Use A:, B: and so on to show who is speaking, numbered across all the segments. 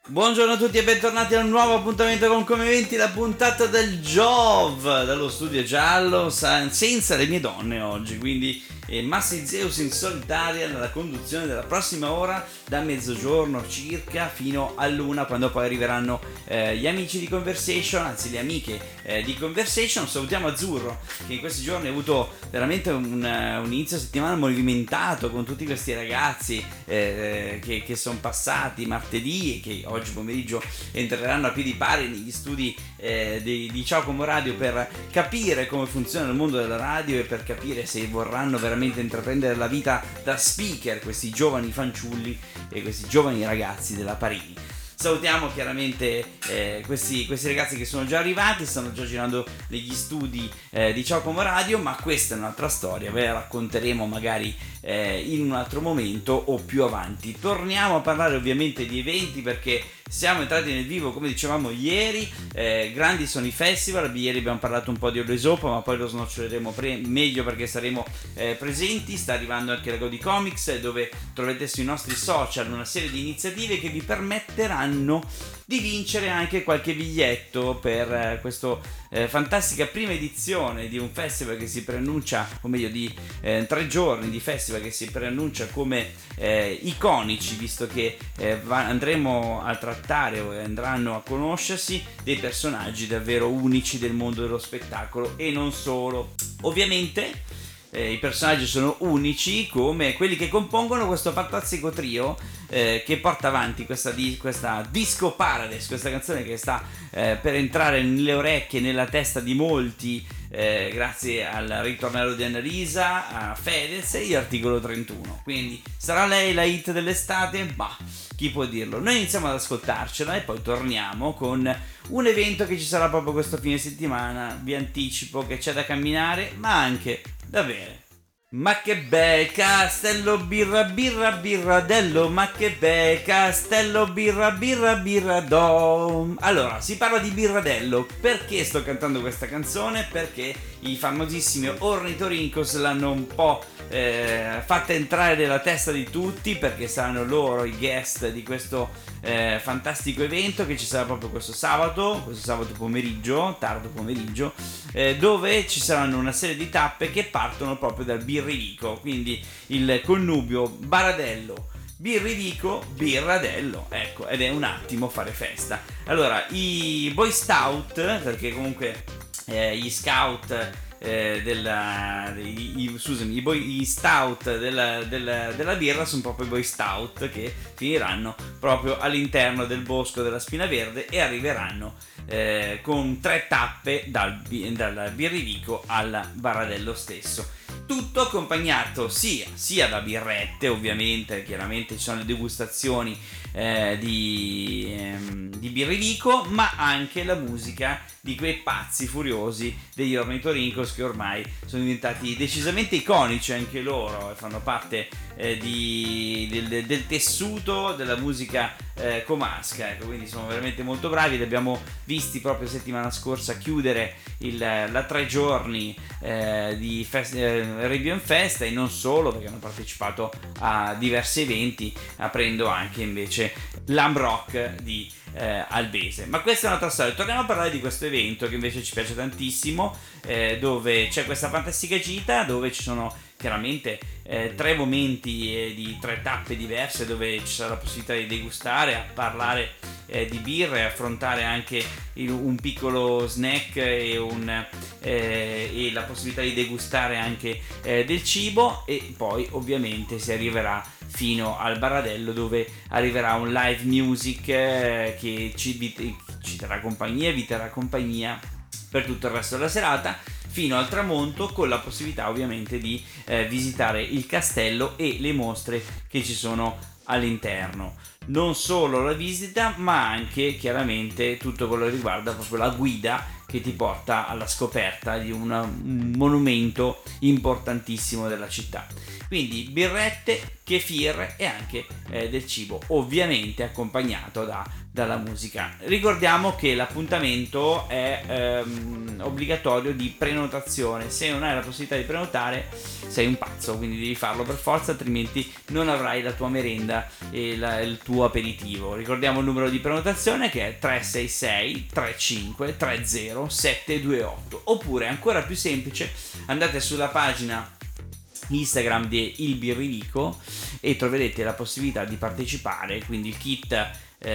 A: Buongiorno a tutti e bentornati a un nuovo appuntamento con Come Eventi, la puntata del Jove dallo studio giallo senza le mie donne oggi, quindi Massi Zeus in solitaria nella conduzione della prossima ora da mezzogiorno circa fino all'una, quando poi arriveranno gli amici di Conversation, anzi le amiche di Conversation. Salutiamo Azzurro che in questi giorni ha avuto veramente un inizio settimana movimentato con tutti questi ragazzi che sono passati martedì e che oggi pomeriggio entreranno a piedi pari negli studi di Ciao Como Radio per capire come funziona il mondo della radio e per capire se vorranno veramente intraprendere la vita da speaker questi giovani fanciulli e questi giovani ragazzi della Parini. Salutiamo chiaramente questi ragazzi che sono già arrivati, stanno già girando negli studi di Ciao Como Radio, ma questa è un'altra storia, ve la racconteremo magari in un altro momento o più avanti. Torniamo a parlare ovviamente di eventi perché siamo entrati nel vivo, come dicevamo ieri, grandi sono i festival. Ieri abbiamo parlato un po' di Orlesopa, ma poi lo snoccioleremo meglio perché saremo presenti. Sta arrivando anche la Godi Comics, dove troverete sui nostri social una serie di iniziative che vi permetteranno di vincere anche qualche biglietto per questa fantastica prima edizione di un festival che si preannuncia, o meglio di 3 giorni di festival che si preannuncia come iconici, visto che andremo a trattare o andranno a conoscersi dei personaggi davvero unici del mondo dello spettacolo e non solo. Ovviamente i personaggi sono unici come quelli che compongono questo fantastico trio che porta avanti questa Disco Paradise, questa canzone che sta per entrare nelle orecchie, nella testa di molti grazie al ritornello di Annalisa, a Fedez e Articolo 31. Quindi sarà lei la hit dell'estate? Bah, chi può dirlo? Noi iniziamo ad ascoltarcela e poi torniamo con un evento che ci sarà proprio questo fine settimana. Vi anticipo che c'è da camminare ma anche da bere. Ma che bel castello birra birra birradello, ma che bel castello birra birra birradò. Allora, si parla di birradello. Perché sto cantando questa canzone? Perché i famosissimi Ornithorincos l'hanno un po' fatta entrare nella testa di tutti, perché saranno loro i guest di questo fantastico evento che ci sarà proprio questo sabato pomeriggio, tardo pomeriggio, dove ci saranno una serie di tappe che partono proprio dal Birrivico, quindi il connubio Baradello Birrivico Birradello, ecco, ed è un attimo fare festa. Allora, i Boy Scout, perché comunque gli scout i stout della birra sono proprio i Boy Scout che finiranno proprio all'interno del bosco della Spina Verde e arriveranno con 3 tappe dal Birrivico al Baradello stesso. Tutto accompagnato sia da birrette, ovviamente, chiaramente ci sono le degustazioni di Birrivico, ma anche la musica di quei pazzi furiosi degli Ornithorincos, che ormai sono diventati decisamente iconici anche loro e fanno parte del tessuto della musica comasca, ecco, quindi sono veramente molto bravi. Li abbiamo visti proprio settimana scorsa chiudere la 3 giorni di Arabian Fest, e non solo, perché hanno partecipato a diversi eventi, aprendo anche invece l'Amrock di Albese. Ma questa è un'altra storia. Torniamo a parlare di questo evento che invece ci piace tantissimo, dove c'è questa fantastica gita, dove ci sono chiaramente 3 momenti di 3 tappe diverse, dove ci sarà la possibilità di degustare, a parlare di birra e affrontare anche un piccolo snack e la possibilità di degustare anche del cibo, e poi ovviamente si arriverà fino al Baradello, dove arriverà un live music che ci terrà compagnia, vi terrà compagnia per tutto il resto della serata fino al tramonto, con la possibilità ovviamente di visitare il castello e le mostre che ci sono all'interno. Non solo la visita, ma anche chiaramente tutto quello che riguarda proprio la guida che ti porta alla scoperta di un monumento importantissimo della città. quindi birrette, kefir e anche del cibo, ovviamente accompagnato dalla musica. Ricordiamo che l'appuntamento è obbligatorio di prenotazione, se non hai la possibilità di prenotare sei un pazzo, quindi devi farlo per forza, altrimenti non avrai la tua merenda e il tuo aperitivo. Ricordiamo il numero di prenotazione che è 366 35 30 728, oppure ancora più semplice, andate sulla pagina Instagram di Il Birrivico e troverete la possibilità di partecipare, quindi il kit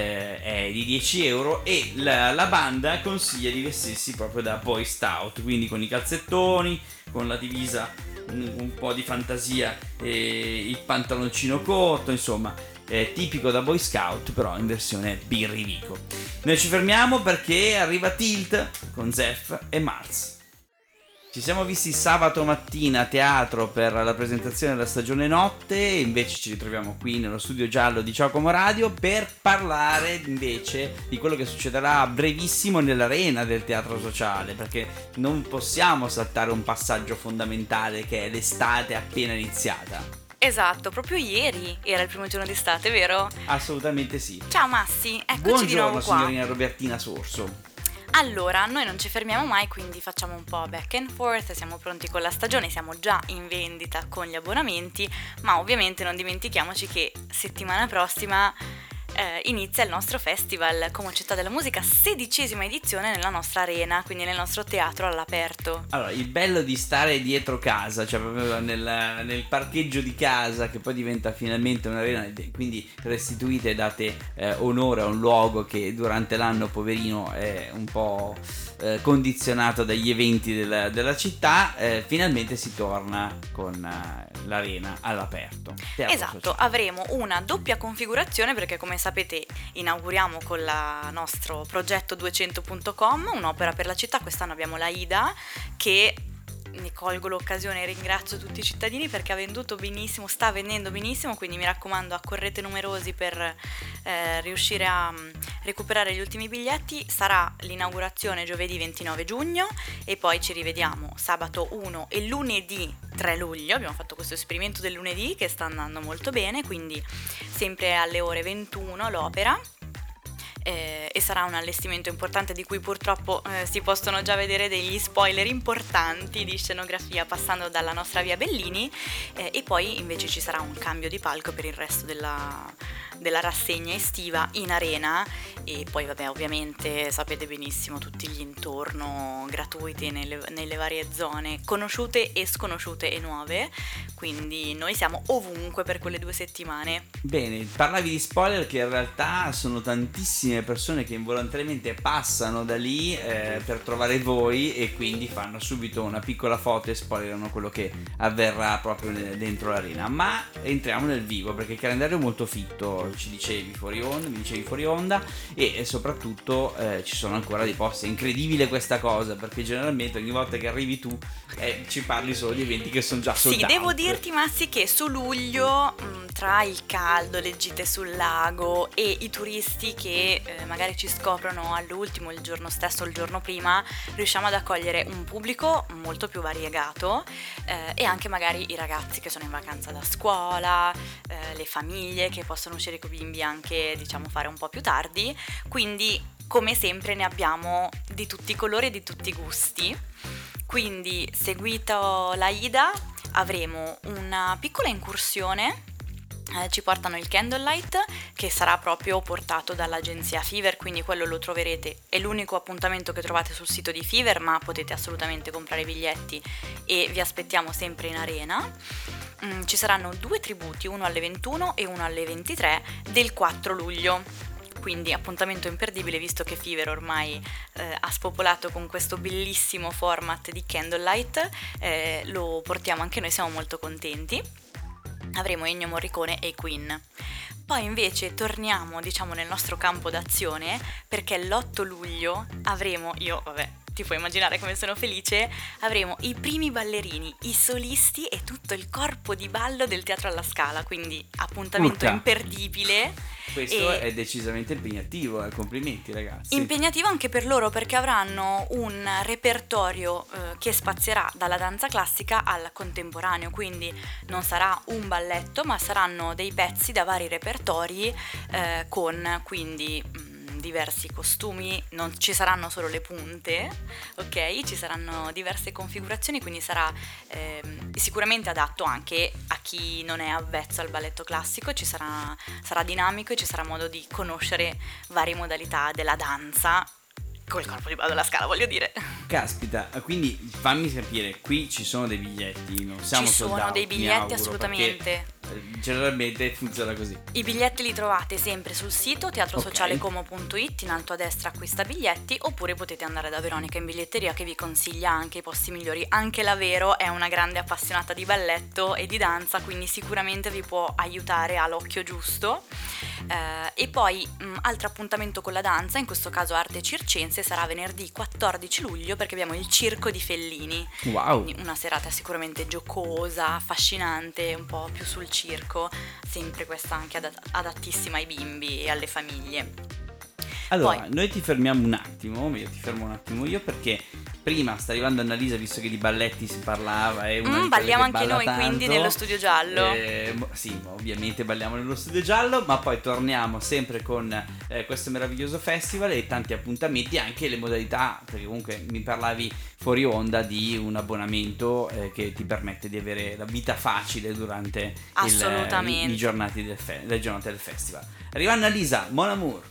A: è di 10 euro e la banda consiglia di vestirsi proprio da Boy Scout, quindi con i calzettoni, con la divisa, un po' di fantasia e il pantaloncino corto, insomma tipico da Boy Scout, però in versione Birrivico. Noi ci fermiamo perché arriva Tilt con Zef e Mars. Ci siamo visti sabato mattina a teatro per la presentazione della stagione notte, invece ci ritroviamo qui nello studio giallo di Ciao Como Radio per parlare invece di quello che succederà a brevissimo nell'arena del teatro sociale, perché non possiamo saltare un passaggio fondamentale che è l'estate appena iniziata.
B: Esatto, proprio ieri era il primo giorno d'estate, vero?
A: Assolutamente sì.
B: Ciao Massi, eccoci
A: Buongiorno,
B: di nuovo qua.
A: signorina Robertina Sorso.
B: Allora, noi non ci fermiamo mai, quindi facciamo un po' back and forth, siamo pronti con la stagione, siamo già in vendita con gli abbonamenti, ma ovviamente non dimentichiamoci che settimana prossima inizia il nostro festival Como Città della Musica, 16ª edizione nella nostra arena, quindi nel nostro teatro all'aperto.
A: Allora, il bello di stare dietro casa, cioè proprio nel parcheggio di casa, che poi diventa finalmente un'arena, quindi restituite e date onore a un luogo che durante l'anno, poverino, è un po' condizionato dagli eventi della città, finalmente si torna con l'arena all'aperto. Teatro
B: Esatto,
A: sociale.
B: avremo una doppia configurazione perché, come sapete, inauguriamo con il nostro progetto 200.com, un'opera per la città. Quest'anno abbiamo la Ida, che ne colgo l'occasione e ringrazio tutti i cittadini perché ha venduto benissimo, sta vendendo benissimo, quindi mi raccomando, accorrete numerosi per riuscire a recuperare gli ultimi biglietti. Sarà l'inaugurazione giovedì 29 giugno e poi ci rivediamo sabato 1 e lunedì 3 luglio. Abbiamo fatto questo esperimento del lunedì che sta andando molto bene, quindi sempre alle ore 21 l'opera. E sarà un allestimento importante di cui purtroppo si possono già vedere degli spoiler importanti di scenografia passando dalla nostra via Bellini, e poi invece ci sarà un cambio di palco per il resto della rassegna estiva in arena. E poi vabbè, ovviamente sapete benissimo tutti gli intorno gratuiti nelle varie zone conosciute e sconosciute e nuove, quindi noi siamo ovunque per quelle 2 settimane.
A: Bene, parlavi di spoiler, che in realtà sono tantissime persone che involontariamente passano da lì per trovare voi e quindi fanno subito una piccola foto e spoilerano quello che avverrà proprio dentro l'arena. Ma entriamo nel vivo, perché il calendario è molto fitto, mi dicevi fuori onda, e soprattutto ci sono ancora dei posti. È incredibile questa cosa, perché generalmente ogni volta che arrivi tu ci parli solo di eventi che sono già sold out.
B: Sì, devo dirti Massi che su luglio, tra il caldo, le gite sul lago e i turisti che magari ci scoprono all'ultimo, il giorno stesso o il giorno prima, riusciamo ad accogliere un pubblico molto più variegato, e anche magari i ragazzi che sono in vacanza da scuola, le famiglie che possono uscire con i bimbi anche, diciamo, fare un po' più tardi. Quindi come sempre ne abbiamo di tutti i colori e di tutti i gusti. Quindi seguito la Ida avremo una piccola incursione, ci portano il Candlelight, che sarà proprio portato dall'agenzia Fever, quindi quello lo troverete, è l'unico appuntamento che trovate sul sito di Fever, ma potete assolutamente comprare i biglietti e vi aspettiamo sempre in arena. Ci saranno 2 tributi, uno alle 21 e uno alle 23 del 4 luglio. Quindi appuntamento imperdibile, visto che Fever ormai ha spopolato con questo bellissimo format di Candlelight, lo portiamo anche noi, siamo molto contenti. Avremo Ennio Morricone e i Queen. Poi invece torniamo, diciamo, nel nostro campo d'azione, perché l'8 luglio avremo, io ti puoi immaginare come sono felice, avremo i primi ballerini, i solisti e tutto il corpo di ballo del Teatro alla Scala, quindi appuntamento
A: Urca.
B: imperdibile.
A: Questo
B: E
A: è decisamente impegnativo, complimenti ragazzi.
B: impegnativo anche per loro, perché avranno un repertorio che spazierà dalla danza classica al contemporaneo, quindi non sarà un balletto, ma saranno dei pezzi da vari repertori con quindi diversi costumi, non ci saranno solo le punte, ok? Ci saranno diverse configurazioni, quindi sarà sicuramente adatto anche a chi non è avvezzo al balletto classico, sarà dinamico e ci sarà modo di conoscere varie modalità della danza col corpo di ballo alla Scala, voglio dire.
A: Caspita, quindi fammi capire, qui ci sono dei biglietti, non siamo
B: Ci sono
A: sold out,
B: dei
A: mi
B: biglietti,
A: auguro,
B: assolutamente.
A: perché, generalmente funziona così.
B: I biglietti li trovate sempre sul sito teatrosocialecomo.it, in alto a destra acquista biglietti, oppure potete andare da Veronica in biglietteria che vi consiglia anche i posti migliori. Anche la Vero è una grande appassionata di balletto e di danza, quindi sicuramente vi può aiutare all'occhio giusto. E poi altro appuntamento con la danza, in questo caso arte circense, sarà venerdì 14 luglio perché abbiamo il Circo di Fellini.
A: Wow.
B: Quindi una serata sicuramente giocosa, affascinante, un po' più sul circo, sempre questa anche adattissima ai bimbi e alle famiglie.
A: Allora,
B: Poi-
A: noi ti fermiamo un attimo, io ti fermo un attimo io perché prima sta arrivando Annalisa, visto che di balletti si parlava, è una di quelle
B: balliamo
A: che
B: anche
A: balla
B: noi, quindi,
A: tanto.
B: nello studio giallo.
A: Sì, ovviamente balliamo nello studio giallo, ma poi torniamo sempre con questo meraviglioso festival e tanti appuntamenti, anche le modalità, perché comunque mi parlavi fuori onda di un abbonamento che ti permette di avere la vita facile durante
B: Assolutamente.
A: i giornate le giornate del festival. Arriva Annalisa, Mon Amour.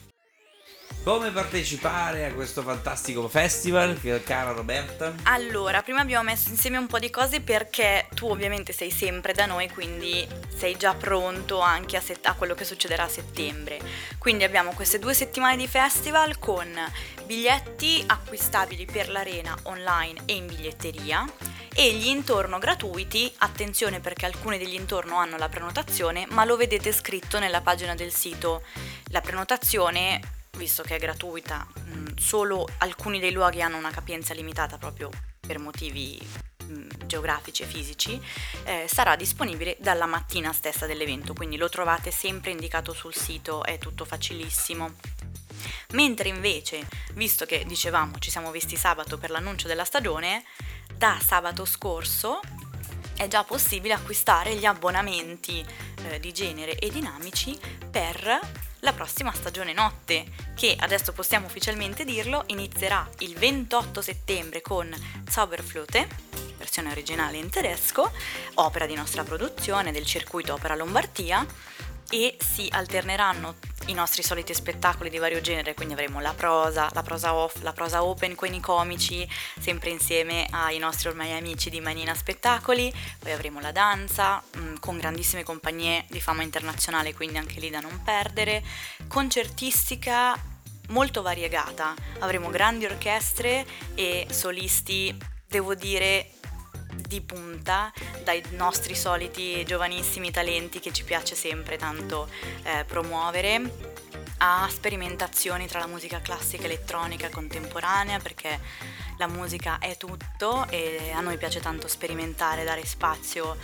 A: Come partecipare a questo fantastico festival, cara Roberta?
B: Allora, prima abbiamo messo insieme un po' di cose perché tu ovviamente sei sempre da noi, quindi sei già pronto anche a quello che succederà a settembre. Quindi abbiamo queste 2 settimane di festival con biglietti acquistabili per l'arena online e in biglietteria e gli intorno gratuiti. Attenzione, perché alcuni degli intorno hanno la prenotazione, ma lo vedete scritto nella pagina del sito. La prenotazione, visto che è gratuita, solo alcuni dei luoghi hanno una capienza limitata proprio per motivi geografici e fisici, sarà disponibile dalla mattina stessa dell'evento, quindi lo trovate sempre indicato sul sito, è tutto facilissimo. Mentre invece, visto che dicevamo ci siamo visti sabato per l'annuncio della stagione, da sabato scorso è già possibile acquistare gli abbonamenti di genere e dinamici per la prossima stagione notte, che adesso possiamo ufficialmente dirlo, inizierà il 28 settembre con Zauberflöte, versione originale in tedesco, opera di nostra produzione del circuito Opera Lombardia, e si alterneranno i nostri soliti spettacoli di vario genere, quindi avremo la prosa off, la prosa open con i comici, sempre insieme ai nostri ormai amici di Manina Spettacoli, poi avremo la danza con grandissime compagnie di fama internazionale, quindi anche lì da non perdere, concertistica molto variegata, avremo grandi orchestre e solisti, devo dire, di punta, dai nostri soliti giovanissimi talenti che ci piace sempre tanto promuovere, a sperimentazioni tra la musica classica, elettronica e contemporanea, perché la musica è tutto e a noi piace tanto sperimentare, dare spazio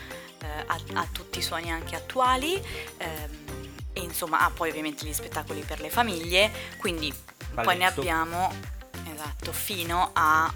B: a tutti i suoni anche attuali, e insomma poi ovviamente gli spettacoli per le famiglie, quindi poi ne abbiamo fino a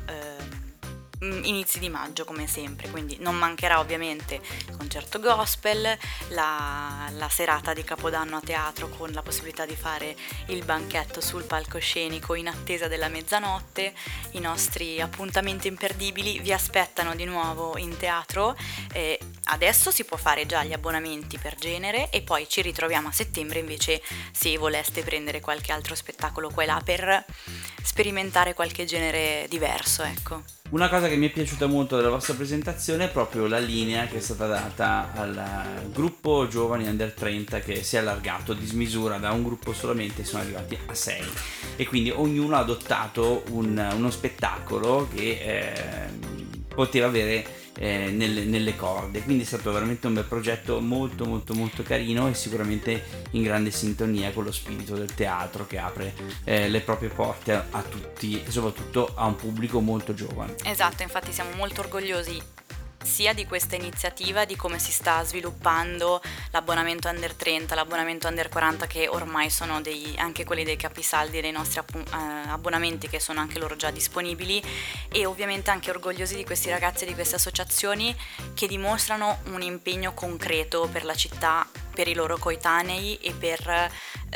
B: inizi di maggio come sempre, quindi non mancherà ovviamente il concerto gospel, la serata di Capodanno a teatro con la possibilità di fare il banchetto sul palcoscenico in attesa della mezzanotte. I nostri appuntamenti imperdibili vi aspettano di nuovo in teatro, adesso si può fare già gli abbonamenti per genere e poi ci ritroviamo a settembre invece se voleste prendere qualche altro spettacolo qua e là per sperimentare qualche genere diverso, ecco.
A: Una cosa che mi è piaciuta molto della vostra presentazione è proprio la linea che è stata data al gruppo giovani under 30, che si è allargato a dismisura, da un gruppo solamente sono arrivati a 6 e quindi ognuno ha adottato uno spettacolo che poteva avere nelle corde, quindi è stato veramente un bel progetto, molto molto molto carino e sicuramente in grande sintonia con lo spirito del teatro, che apre le proprie porte a tutti e soprattutto a un pubblico molto giovane.
B: Esatto, infatti siamo molto orgogliosi sia di questa iniziativa, di come si sta sviluppando l'abbonamento Under 30, l'abbonamento Under 40, che ormai sono anche quelli dei capisaldi dei nostri abbonamenti, che sono anche loro già disponibili, e ovviamente anche orgogliosi di questi ragazzi e di queste associazioni che dimostrano un impegno concreto per la città, per i loro coetanei e per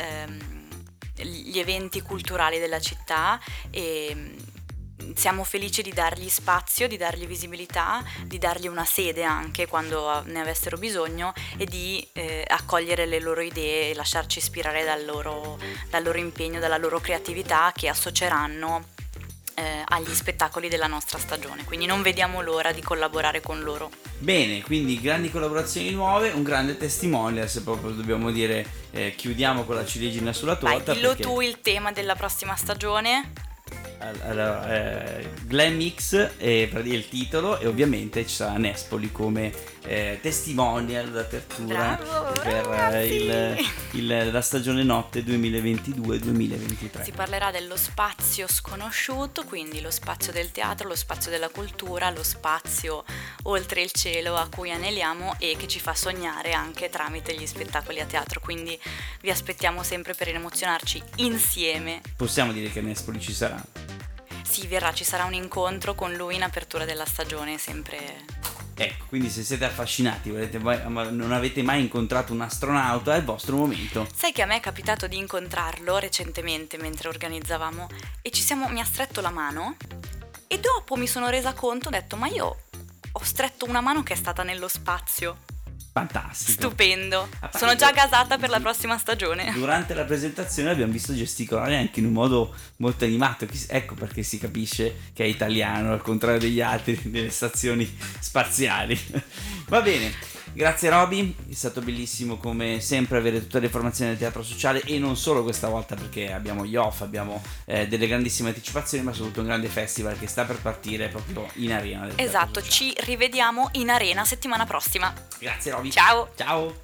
B: gli eventi culturali della città. E siamo felici di dargli spazio, di dargli visibilità, di dargli una sede anche quando ne avessero bisogno, e di accogliere le loro idee e lasciarci ispirare dal loro impegno, dalla loro creatività, che associeranno agli spettacoli della nostra stagione. Quindi non vediamo l'ora di collaborare con loro.
A: Bene, quindi grandi collaborazioni nuove, un grande testimonial, se proprio dobbiamo dire, chiudiamo con la ciliegina sulla torta.
B: Vai, dillo tu il tema della prossima stagione.
A: Allora, Glam X è il titolo, e ovviamente ci sarà Nespoli come testimonial d'apertura.
B: Bravo,
A: per la stagione notte 2022-2023.
B: Si parlerà dello spazio sconosciuto, quindi lo spazio del teatro, lo spazio della cultura, lo spazio oltre il cielo a cui aneliamo e che ci fa sognare anche tramite gli spettacoli a teatro. Quindi vi aspettiamo sempre per emozionarci insieme.
A: Possiamo dire che Nespoli ci sarà?
B: Sì, ci sarà un incontro con lui in apertura della stagione, sempre.
A: Ecco, quindi se siete affascinati, non avete mai incontrato un astronauta, è il vostro momento.
B: Sai che a me è capitato di incontrarlo recentemente mentre organizzavamo, e mi ha stretto la mano, e dopo mi sono resa conto, ho detto, ma io ho stretto una mano che è stata nello spazio.
A: Fantastico.
B: Stupendo. Sono già gasata per la prossima stagione.
A: Durante la presentazione abbiamo visto gesticolare anche in un modo molto animato. Ecco perché si capisce che è italiano, al contrario degli altri delle stazioni spaziali. Va bene. Grazie Roby, è stato bellissimo come sempre avere tutte le informazioni del teatro sociale, e non solo questa volta, perché abbiamo gli off, abbiamo delle grandissime anticipazioni, ma soprattutto un grande festival che sta per partire proprio in arena.
B: Esatto, ci rivediamo in arena settimana prossima.
A: Grazie Roby.
B: Ciao.
A: Ciao.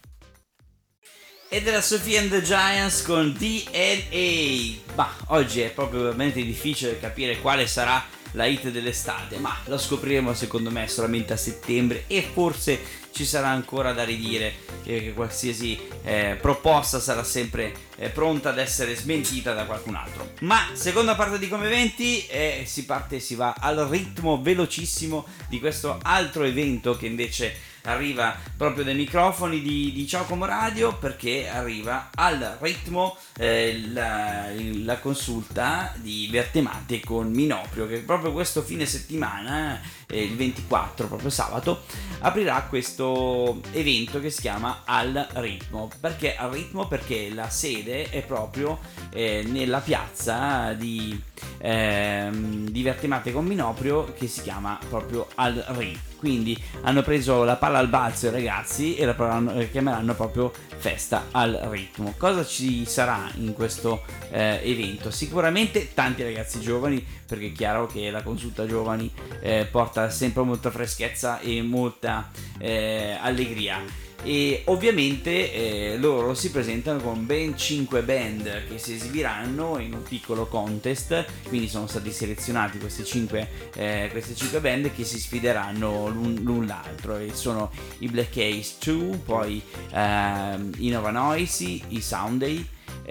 A: E della Sophie and the Giants con DNA. Ma oggi è proprio veramente difficile capire quale sarà la hit dell'estate, ma lo scopriremo secondo me solamente a settembre, e forse ci sarà ancora da ridire, che qualsiasi proposta sarà sempre pronta ad essere smentita da qualcun altro. Ma seconda parte di Come Eventi, si va al ritmo velocissimo di questo altro evento che invece arriva proprio dai microfoni di Ciao Como Radio, perché arriva al ritmo la consulta di Vertemate con Minoprio, che proprio questo fine settimana, il 24, proprio sabato, aprirà questo evento che si chiama Al Ritmo. Perché Al Ritmo? Perché la sede è proprio nella piazza di Vertemate con Minoprio, che si chiama proprio Al Ritmo. Quindi hanno preso la palla al balzo i ragazzi e la chiameranno proprio Festa al Ritmo. Cosa ci sarà in questo evento? Sicuramente tanti ragazzi giovani, perché è chiaro che la consulta giovani porta sempre molta freschezza e molta allegria. E ovviamente loro si presentano con ben 5 band che si esibiranno in un piccolo contest, quindi sono stati selezionati queste 5 band che si sfideranno l'un l'altro, e sono i Black Ace 2, poi i Nova Noisy, i Soundday,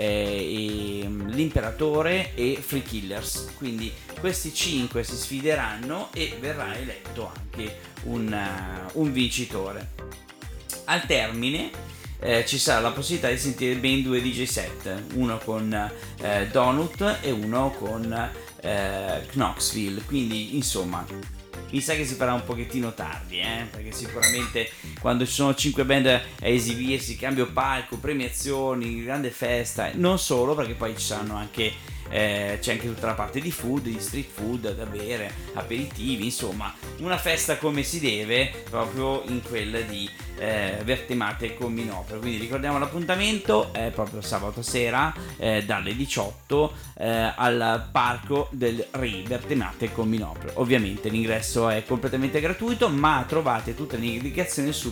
A: l'Imperatore e Free Killers. Quindi questi 5 si sfideranno e verrà eletto anche un vincitore. Al termine ci sarà la possibilità di sentire ben 2 DJ set, uno con Donut e uno con Knoxville. Quindi insomma mi sa che si farà un pochettino tardi, perché sicuramente quando ci sono 5 band a esibirsi, cambio palco, premiazioni, grande festa, non solo, perché poi ci saranno anche c'è anche tutta la parte di food, di street food da bere, aperitivi, insomma una festa come si deve, proprio in quella di Vertemate con Minoprio. Quindi ricordiamo l'appuntamento è proprio sabato sera dalle 18 al parco del RI Vertemate con Minoprio. Ovviamente l'ingresso è completamente gratuito, ma trovate tutte le indicazioni su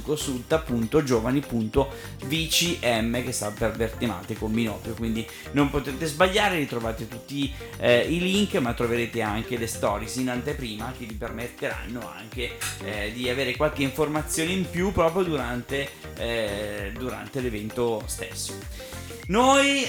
A: consulta.giovani.vcm, che sta per Vertemate con Minoprio, quindi non potete sbagliare. Ritrovate tutti i link, ma troverete anche le stories in anteprima che vi permetteranno anche di avere qualche informazione in più proprio durante l'evento stesso. Noi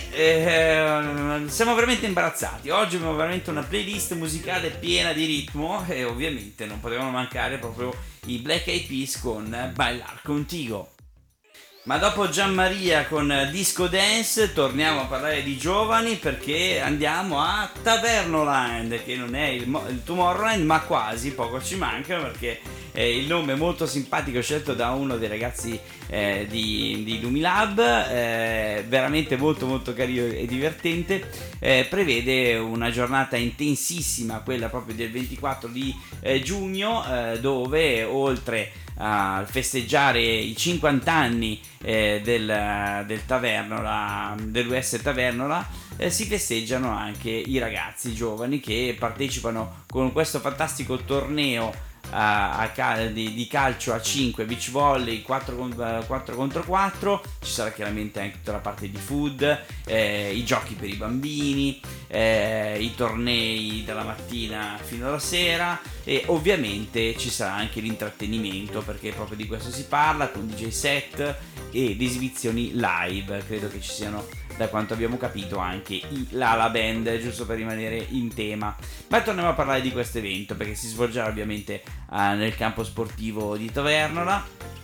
A: siamo veramente imbarazzati. Oggi abbiamo veramente una playlist musicale piena di ritmo e ovviamente non potevano mancare proprio i Black Eyed Peas con Bailar Contigo. Ma dopo Gianmaria con Disco Dance torniamo a parlare di giovani, perché andiamo a Tavernoland, che non è il Tomorrowland, ma quasi, poco ci manca, perché il nome molto simpatico scelto da uno dei ragazzi di Lumilab, veramente molto molto carino e divertente. Prevede una giornata intensissima, quella proprio del 24 di giugno, dove oltre a festeggiare i 50 anni del Tavernola, dell'US Tavernola, si festeggiano anche i ragazzi giovani che partecipano con questo fantastico torneo di calcio a 5, beach volley 4 contro 4. Ci sarà chiaramente anche tutta la parte di food, i giochi per i bambini, i tornei dalla mattina fino alla sera, e ovviamente ci sarà anche l'intrattenimento, perché proprio di questo si parla, con DJ set e le esibizioni live. Credo che ci siano, da quanto abbiamo capito, anche i Lala Band, giusto per rimanere in tema. Ma torniamo a parlare di questo evento, perché si svolgerà ovviamente nel campo sportivo di Tavernola,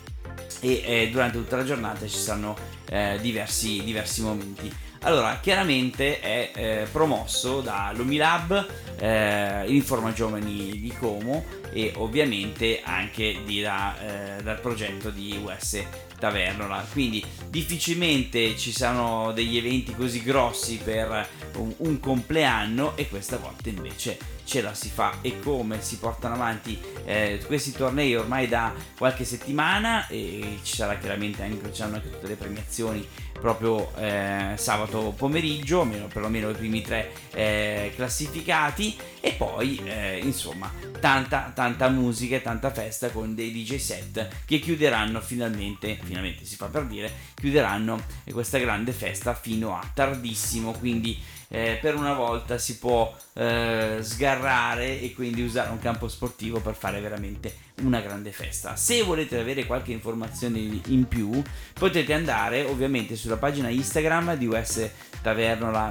A: e durante tutta la giornata ci saranno diversi momenti. Allora, chiaramente è promosso da Lumilab, Informa Giovani di Como, e ovviamente anche dal progetto di US Tavernola. Quindi difficilmente ci saranno degli eventi così grossi per un compleanno, e questa volta invece ce la si fa. E come si portano avanti questi tornei ormai da qualche settimana, e ci sarà chiaramente anche tutte le premiazioni proprio sabato pomeriggio, perlomeno i primi 3 classificati, e poi insomma tanta musica e tanta festa con dei DJ set che chiuderanno finalmente si fa per dire, chiuderanno questa grande festa fino a tardissimo. Quindi per una volta si può sgarrare e quindi usare un campo sportivo per fare veramente una grande festa. Se volete avere qualche informazione in più, potete andare ovviamente sulla pagina Instagram di US Tavernola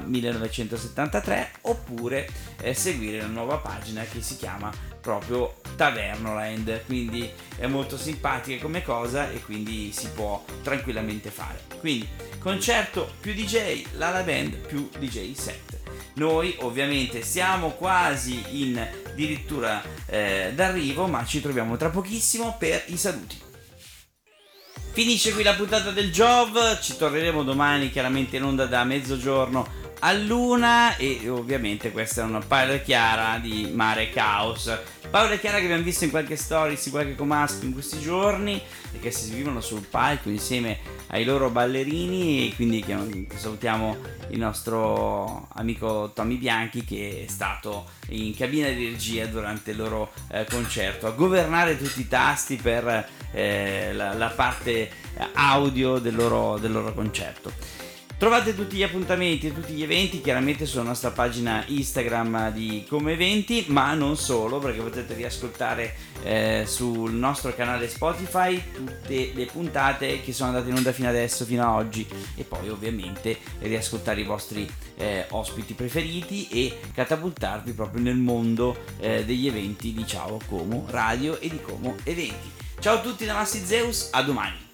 A: 1973, oppure seguire la nuova pagina che si chiama proprio Tavernoland. Quindi è molto simpatica come cosa, e quindi si può tranquillamente fare. Quindi concerto più DJ, Lala Band più DJ set. Noi ovviamente siamo quasi in addirittura d'arrivo, ma ci troviamo tra pochissimo per i saluti. Finisce qui la puntata del Jov, ci torneremo domani chiaramente in onda da mezzogiorno all'1, e ovviamente questa è una Paola e Chiara di Mare Caos. Paola e Chiara che abbiamo visto in qualche stories, in qualche comasco in questi giorni, e che si esibivano sul palco insieme ai loro ballerini, e quindi che salutiamo il nostro amico Tommy Bianchi, che è stato in cabina di regia durante il loro concerto a governare tutti i tasti per la parte audio del loro concerto. Trovate tutti gli appuntamenti e tutti gli eventi chiaramente sulla nostra pagina Instagram di Come Eventi, ma non solo, perché potete riascoltare sul nostro canale Spotify tutte le puntate che sono andate in onda fino a oggi, e poi ovviamente riascoltare i vostri ospiti preferiti e catapultarvi proprio nel mondo degli eventi di Ciao Como Radio e di Como Eventi. Ciao a tutti da Massi Zeus, a domani!